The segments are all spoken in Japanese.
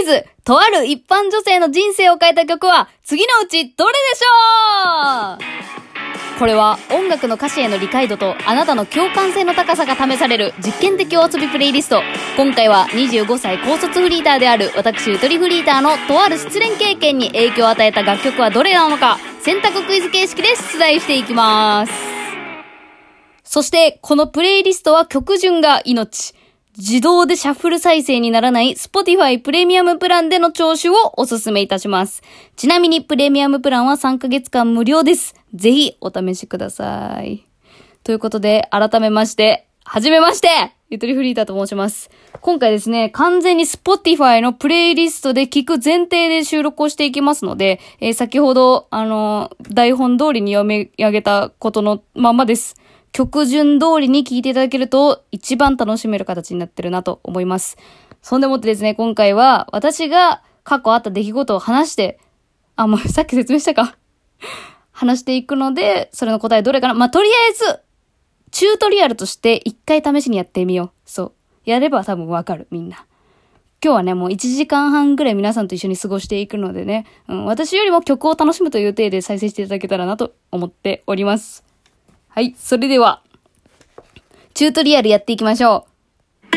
ズ、とある一般女性の人生を変えた曲は次のうちどれでしょう？これは音楽の歌詞への理解度とあなたの共感性の高さが試される実験的お遊びプレイリスト。今回は25歳高卒フリーターである私ゆとりフリーターのとある失恋経験に影響を与えた楽曲はどれなのか、選択クイズ形式で出題していきます。そしてこのプレイリストは曲順が命。自動でシャッフル再生にならない Spotify プレミアムプランでの聴取をお勧めいたします。ちなみにプレミアムプランは3ヶ月間無料です。ぜひお試しください。ということで、改めまして、はじめまして、ゆとりフリーターと申します。今回ですね、完全に Spotify のプレイリストで聞く前提で収録をしていきますので、先ほど、台本通りに読み上げたことのままです。曲順通りに聴いていただけると一番楽しめる形になってるなと思います。そんでもってですね、今回は私が過去あった出来事を話して、もうさっき説明したか話していくので、それの答えどれかな。とりあえず、チュートリアルとして一回試しにやってみよう。そう。やれば多分わかる、みんな。今日はね、もう1時間半ぐらい皆さんと一緒に過ごしていくのでね、私よりも曲を楽しむという体で再生していただけたらなと思っております。はい、それでは、チュートリアルやっていきましょう。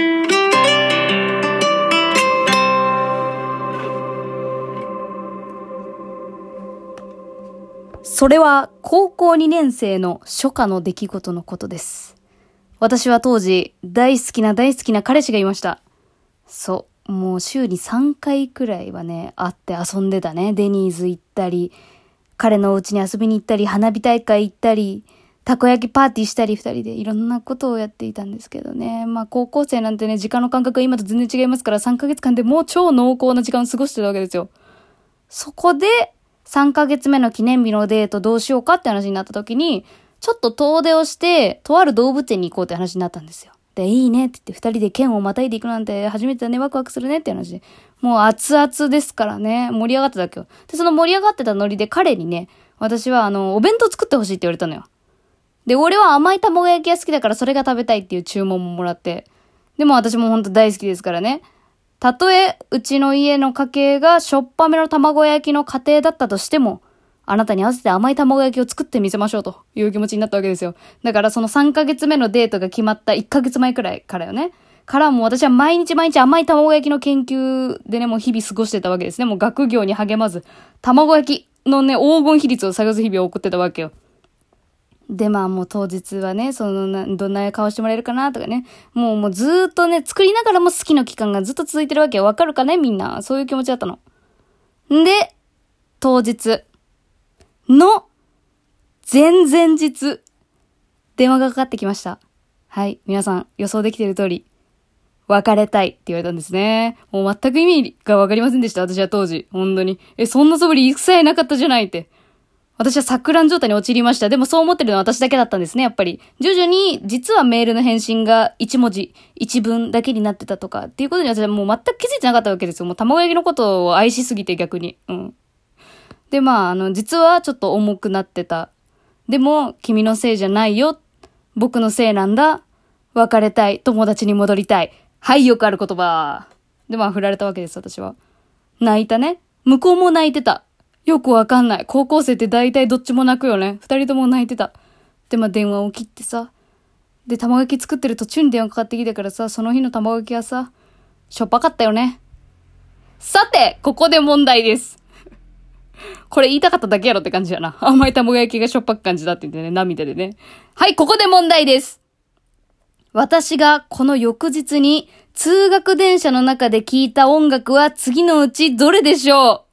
それは高校2年生の初夏の出来事のことです。私は当時大好きな彼氏がいました。そう、もう週に3回くらいはね、会って遊んでたね。デニーズ行ったり、彼のお家に遊びに行ったり、花火大会行ったり、たこ焼きパーティーしたり二人でいろんなことをやっていたんですけどね。高校生なんてね、時間の感覚が今と全然違いますから3ヶ月間でもう超濃厚な時間を過ごしてるわけですよ。そこで3ヶ月目の記念日のデートどうしようかって話になった時に、ちょっと遠出をして、とある動物園に行こうって話になったんですよ。で、いいねって言って二人で県をまたいでいくなんて初めてだね、ワクワクするねって話で。もう熱々ですからね、盛り上がってたわけよ。で、その盛り上がってたノリで彼にね、私はお弁当作ってほしいって言われたのよ。で、俺は甘い卵焼きが好きだからそれが食べたいっていう注文ももらって。でも私もほんと大好きですからね。たとえうちの家の家系がしょっぱめの卵焼きの家庭だったとしても、あなたに合わせて甘い卵焼きを作ってみせましょうという気持ちになったわけですよ。だからその3ヶ月目のデートが決まった1ヶ月前くらいからよね。からもう私は毎日甘い卵焼きの研究でね、もう日々過ごしてたわけですね。もう学業に励まず、卵焼きのね、黄金比率を探す日々を送ってたわけよ。で、もう当日はね、どんな顔してもらえるかなとかね。もうずーっとね、作りながらも好きの期間がずっと続いてるわけよ。わかるかねみんな。そういう気持ちだったの。で、当日の前々日、電話がかかってきました。はい。皆さん予想できている通り、別れたいって言われたんですね。もう全く意味がわかりませんでした。私は当時。本当に。そんな素振り一切なかったじゃないって。私は錯乱状態に陥りました。でもそう思ってるのは私だけだったんですね、やっぱり。徐々に、実はメールの返信が1文字、1文だけになってたとか、っていうことに私はもう全く気づいてなかったわけですよ。もう卵焼きのことを愛しすぎて逆に。で、実はちょっと重くなってた。でも、君のせいじゃないよ。僕のせいなんだ。別れたい。友達に戻りたい。はい、よくある言葉。で、振られたわけです、私は。泣いたね。向こうも泣いてた。よくわかんない。高校生って大体どっちも泣くよね。二人とも泣いてた。で、電話を切ってさ。で、卵焼き作ってる途中に電話かかってきたからさ、その日の卵焼きはさ、しょっぱかったよね。さて、ここで問題です。これ言いたかっただけやろって感じやな。甘い卵焼きがしょっぱく感じだって言ってね、涙でね。はい、ここで問題です。私がこの翌日に通学電車の中で聴いた音楽は次のうちどれでしょう？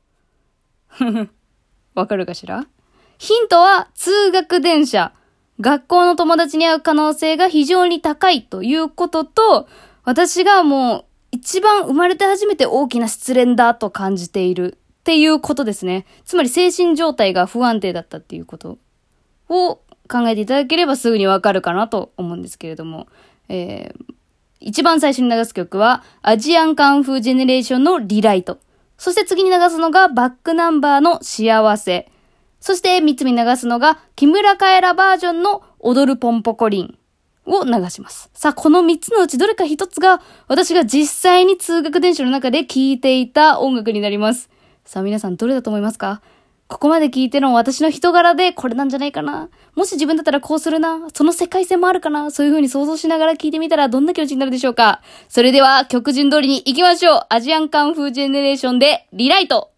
わかるかしら？ヒントは通学電車。学校の友達に会う可能性が非常に高いということと、私がもう一番生まれて初めて大きな失恋だと感じているっていうことですね。つまり精神状態が不安定だったっていうことを考えていただければすぐにわかるかなと思うんですけれども、一番最初に流す曲はアジアンカンフージェネレーションのリライト。そして次に流すのがバックナンバーの幸せ。そして3つ目に流すのが木村カエラバージョンの踊るポンポコリンを流します。さあ、この3つのうちどれか1つが私が実際に通学電車の中で聴いていた音楽になります。さあ、皆さんどれだと思いますか？ここまで聞いての私の人柄でこれなんじゃないかな。もし自分だったらこうするな。その世界線もあるかな。そういう風に想像しながら聞いてみたらどんな気持ちになるでしょうか。それでは曲順通りに行きましょう。アジアンカンフージェネレーションでリライト。